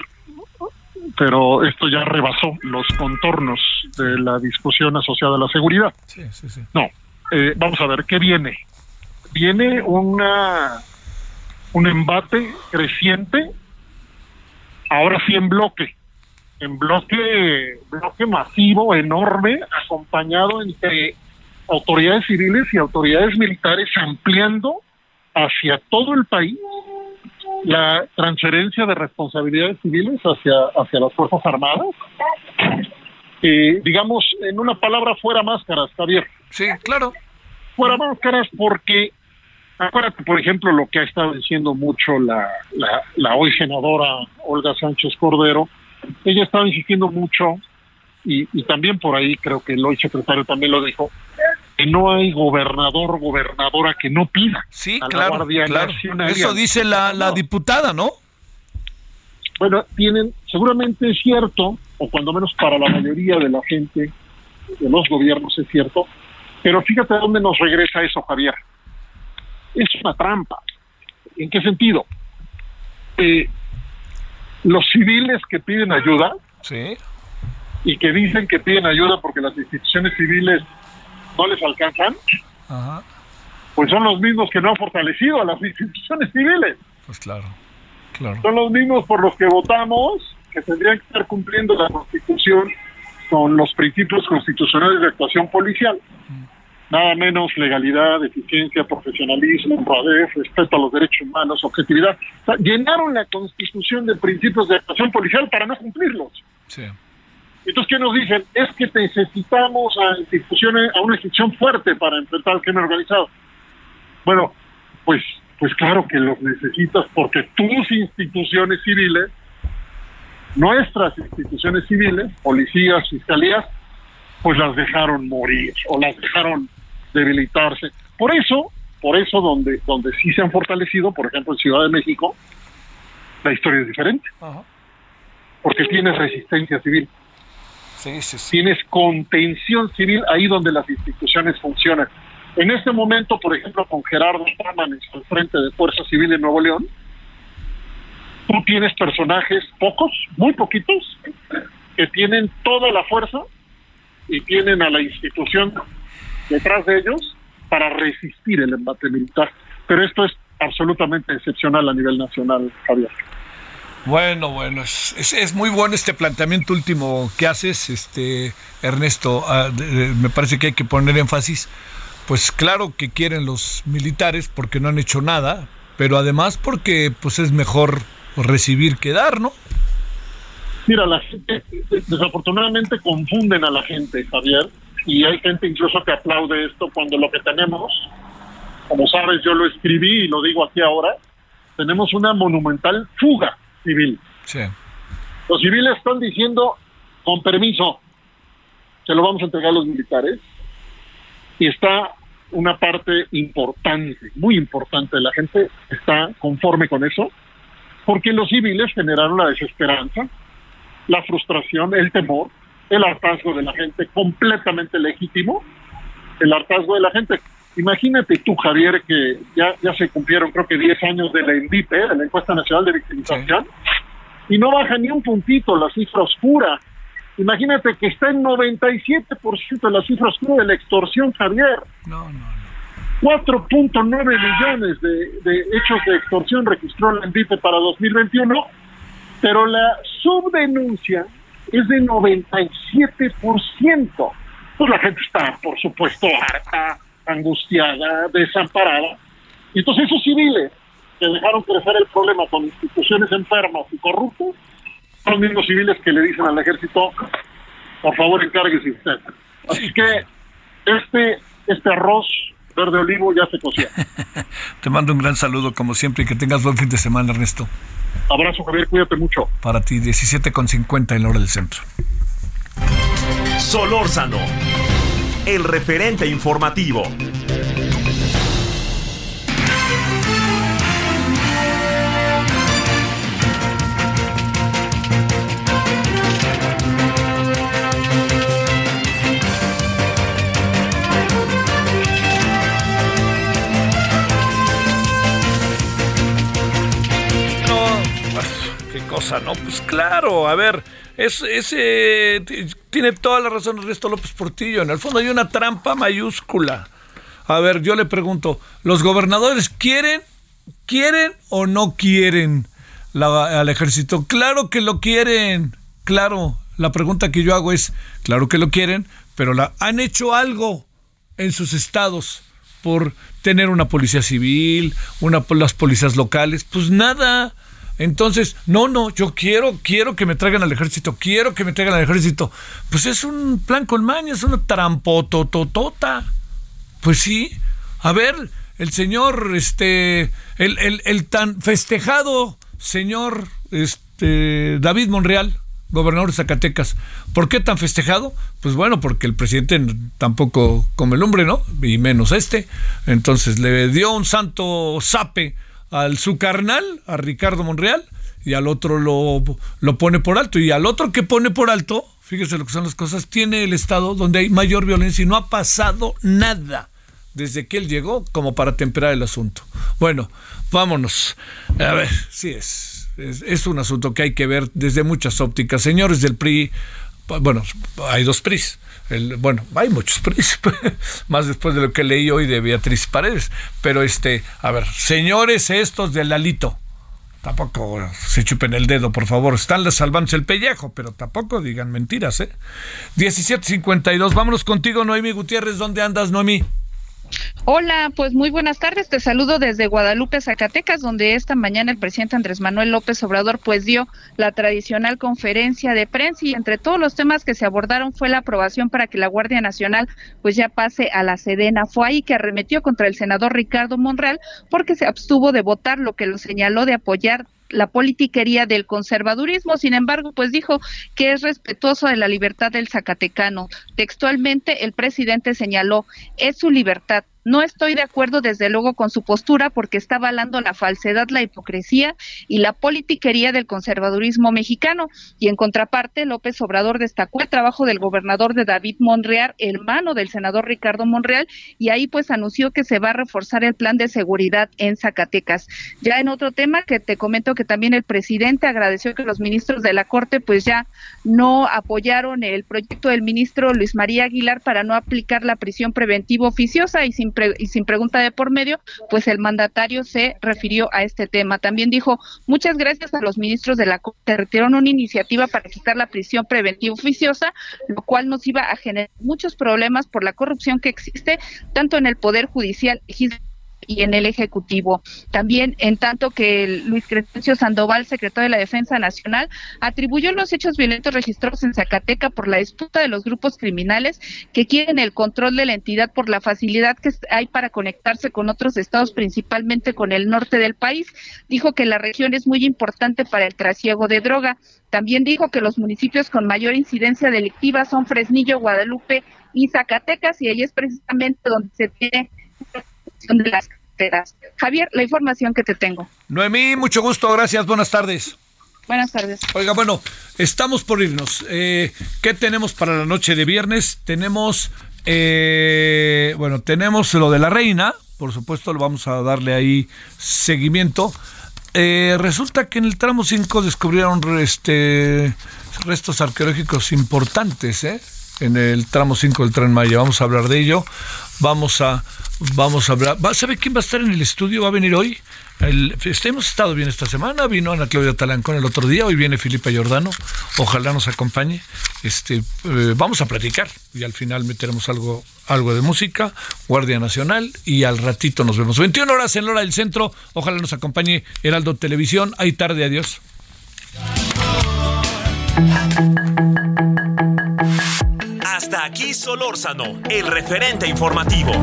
pero esto ya rebasó los contornos de la discusión asociada a la seguridad. Sí, sí, sí. No, eh, vamos a ver, ¿qué viene? Viene una... un embate creciente, ahora sí en bloque, en bloque, bloque masivo, enorme, acompañado entre autoridades civiles y autoridades militares, ampliando hacia todo el país la transferencia de responsabilidades civiles hacia, hacia las Fuerzas Armadas. Eh, digamos, en una palabra, fuera máscaras, Javier. Sí, claro. Fuera máscaras porque... Acuérdate, por ejemplo, lo que ha estado diciendo mucho la, la, la hoy senadora Olga Sánchez Cordero. Ella estaba insistiendo mucho, y, y también por ahí creo que el hoy secretario también lo dijo, que no hay gobernador o gobernadora que no pida sí, a claro, la Guardia claro. Nacional. Eso dice la, la diputada, ¿no? Bueno, tienen, seguramente es cierto, o cuando menos para la mayoría de la gente, de los gobiernos es cierto, pero fíjate a dónde nos regresa eso, Javier. Es una trampa. ¿En qué sentido? Eh, los civiles que piden ayuda, sí, y que dicen que piden ayuda porque las instituciones civiles no les alcanzan, ajá, pues son los mismos que no han fortalecido a las instituciones civiles. Pues claro, claro. Son los mismos por los que votamos, que tendrían que estar cumpliendo la Constitución con los principios constitucionales de actuación policial. Mm. Nada menos legalidad, eficiencia, profesionalismo, honradez, respeto a los derechos humanos, objetividad. O sea, llenaron la Constitución de principios de actuación policial para no cumplirlos. Sí. Entonces, ¿qué nos dicen? Es que necesitamos a instituciones, a una institución fuerte para enfrentar al crimen organizado. Bueno, pues, pues claro que los necesitas porque tus instituciones civiles, nuestras instituciones civiles, policías, fiscalías, pues las dejaron morir o las dejaron debilitarse. Por eso, por eso donde donde sí se han fortalecido, por ejemplo en Ciudad de México, la historia es diferente. Ajá. Porque tienes resistencia civil. Sí, sí, sí. Tienes contención civil ahí donde las instituciones funcionan. En este momento, por ejemplo, con Gerardo Tamanes al frente de Fuerza Civil en Nuevo León, tú tienes personajes, pocos, muy poquitos, que tienen toda la fuerza y tienen a la institución detrás de ellos para resistir el embate militar. Pero esto es absolutamente excepcional a nivel nacional, Javier. Bueno, bueno, es, es, es muy bueno este planteamiento último que haces, este Ernesto. Uh, de, de, me parece que hay que poner énfasis. Pues claro que quieren los militares porque no han hecho nada, pero además porque pues es mejor recibir que dar, ¿no? Mira, la gente, desafortunadamente confunden a la gente, Javier, y hay gente incluso que aplaude esto cuando lo que tenemos, como sabes, yo lo escribí y lo digo aquí ahora, tenemos una monumental fuga civil. Sí. Los civiles están diciendo, con permiso, se lo vamos a entregar a los militares, y está una parte importante, muy importante de la gente, está conforme con eso, porque los civiles generaron la desesperanza, la frustración, el temor, el hartazgo de la gente, completamente legítimo, el hartazgo de la gente. Imagínate tú, Javier, que ya, ya se cumplieron creo que diez años de la ENVIPE, de la Encuesta Nacional de Victimización, sí. Y no baja ni un puntito la cifra oscura. Imagínate que está en noventa y siete por ciento de la cifra oscura de la extorsión, Javier. No, no, no. cuatro punto nueve millones de, de hechos de extorsión registró la ENVIPE para dos mil veintiuno, pero la subdenuncia es de noventa y siete por ciento. Pues la gente está, por supuesto, harta, angustiada, desamparada. Y entonces esos civiles que dejaron crecer el problema con instituciones enfermas y corruptas, son los mismos civiles que le dicen al ejército, por favor, encárguese usted. Así que este, este arroz verde olivo ya se coció. Te mando un gran saludo, como siempre, y que tengas buen fin de semana, Ernesto. Abrazo, Javier, cuídate mucho. Para ti, diecisiete con cincuenta en la hora del centro. Solórzano, el referente informativo. Cosa, ¿no? Pues claro, a ver, es, ese tiene toda la razón Ernesto López Portillo. En el fondo hay una trampa mayúscula. A ver, yo le pregunto, ¿los gobernadores quieren, quieren o no quieren la, al ejército? Claro que lo quieren, claro. La pregunta que yo hago es, claro que lo quieren, pero la, ¿han hecho algo en sus estados por tener una policía civil, una, las policías locales? Pues nada. Entonces, no, no, yo quiero, quiero que me traigan al ejército, quiero que me traigan al ejército. Pues es un plan con maña, es una trampotototota. Pues sí, a ver, el señor, este, el, el, el tan festejado señor, este, David Monreal, gobernador de Zacatecas. ¿Por qué tan festejado? Pues bueno, porque el presidente tampoco come lumbre, ¿no? Y menos este. Entonces le dio un santo zape al su carnal, a Ricardo Monreal, y al otro lo, lo pone por alto. Y al otro que pone por alto, fíjese lo que son las cosas, tiene el estado donde hay mayor violencia y no ha pasado nada desde que él llegó como para temperar el asunto. Bueno, vámonos. A ver, sí es, es, es un asunto que hay que ver desde muchas ópticas. Señores del P R I, bueno, hay dos P R Is. El, bueno, hay muchos P R Is, más después de lo que leí hoy de Beatriz Paredes, pero este, a ver, señores estos del Lalito, tampoco se chupen el dedo, por favor, están salvándose el pellejo, pero tampoco digan mentiras, ¿eh? diecisiete cincuenta y dos, vámonos contigo, Noemí Gutiérrez, ¿dónde andas, Noemí? Hola, pues muy buenas tardes, te saludo desde Guadalupe, Zacatecas, donde esta mañana el presidente Andrés Manuel López Obrador pues dio la tradicional conferencia de prensa y entre todos los temas que se abordaron fue la aprobación para que la Guardia Nacional pues ya pase a la Sedena. Fue ahí que arremetió contra el senador Ricardo Monreal porque se abstuvo de votar, lo que lo señaló de apoyar la politiquería del conservadurismo. Sin embargo, pues dijo que es respetuoso de la libertad del zacatecano. Textualmente, el presidente señaló, es su libertad. No estoy de acuerdo desde luego con su postura porque está avalando la falsedad, la hipocresía y la politiquería del conservadurismo mexicano. Y en contraparte, López Obrador destacó el trabajo del gobernador de David Monreal, hermano del senador Ricardo Monreal, y ahí pues anunció que se va a reforzar el plan de seguridad en Zacatecas. Ya en otro tema que te comento que también el presidente agradeció que los ministros de la Corte pues ya no apoyaron el proyecto del ministro Luis María Aguilar para no aplicar la prisión preventiva oficiosa y sin Pre- y sin pregunta de por medio, pues el mandatario se refirió a este tema. También dijo, muchas gracias a los ministros de la Corte, retiraron una iniciativa para quitar la prisión preventiva oficiosa, lo cual nos iba a generar muchos problemas por la corrupción que existe tanto en el Poder Judicial, legislativo y en el Ejecutivo. También, en tanto que el Luis Crescencio Sandoval, secretario de la Defensa Nacional, atribuyó los hechos violentos registrados en Zacatecas por la disputa de los grupos criminales que quieren el control de la entidad por la facilidad que hay para conectarse con otros estados, principalmente con el norte del país. Dijo que la región es muy importante para el trasiego de droga. También dijo que los municipios con mayor incidencia delictiva son Fresnillo, Guadalupe y Zacatecas, y ahí es precisamente donde se tiene de las carreteras. Javier, la información que te tengo. Noemí, mucho gusto, gracias, buenas tardes. Buenas tardes. Oiga, bueno, estamos por irnos. Eh, ¿Qué tenemos para la noche de viernes? Tenemos, eh, bueno, tenemos lo de la reina, por supuesto, lo vamos a darle ahí seguimiento. Eh, resulta que en el tramo cinco descubrieron este, restos arqueológicos importantes, ¿eh? En el tramo cinco del Tren Maya. Vamos a hablar de ello. Vamos a, vamos a hablar. ¿Sabe quién va a estar en el estudio? ¿Va a venir hoy? El, este, hemos estado bien esta semana. Vino Ana Claudia Talancón el otro día. Hoy viene Filipa Giordano. Ojalá nos acompañe. Este, eh, vamos a platicar y al final meteremos algo, algo de música, Guardia Nacional, y al ratito nos vemos. veintiuna horas en la hora del centro. Ojalá nos acompañe Heraldo Televisión. Ahí tarde, adiós. Hasta aquí Solórzano, el referente informativo.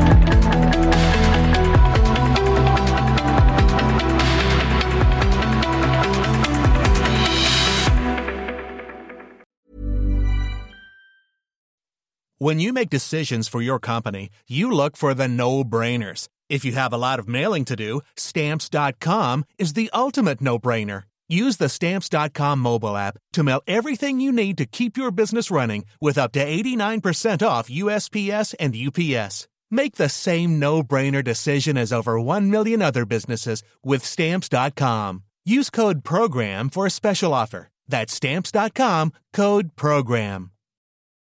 When you make decisions for your company, you look for the no-brainers. If you have a lot of mailing to do, Stamps dot com is the ultimate no-brainer. Use the Stamps dot com mobile app to mail everything you need to keep your business running with up to eighty-nine percent off U S P S and U P S. Make the same no-brainer decision as over one million other businesses with Stamps dot com. Use code PROGRAM for a special offer. That's Stamps dot com, code PROGRAM.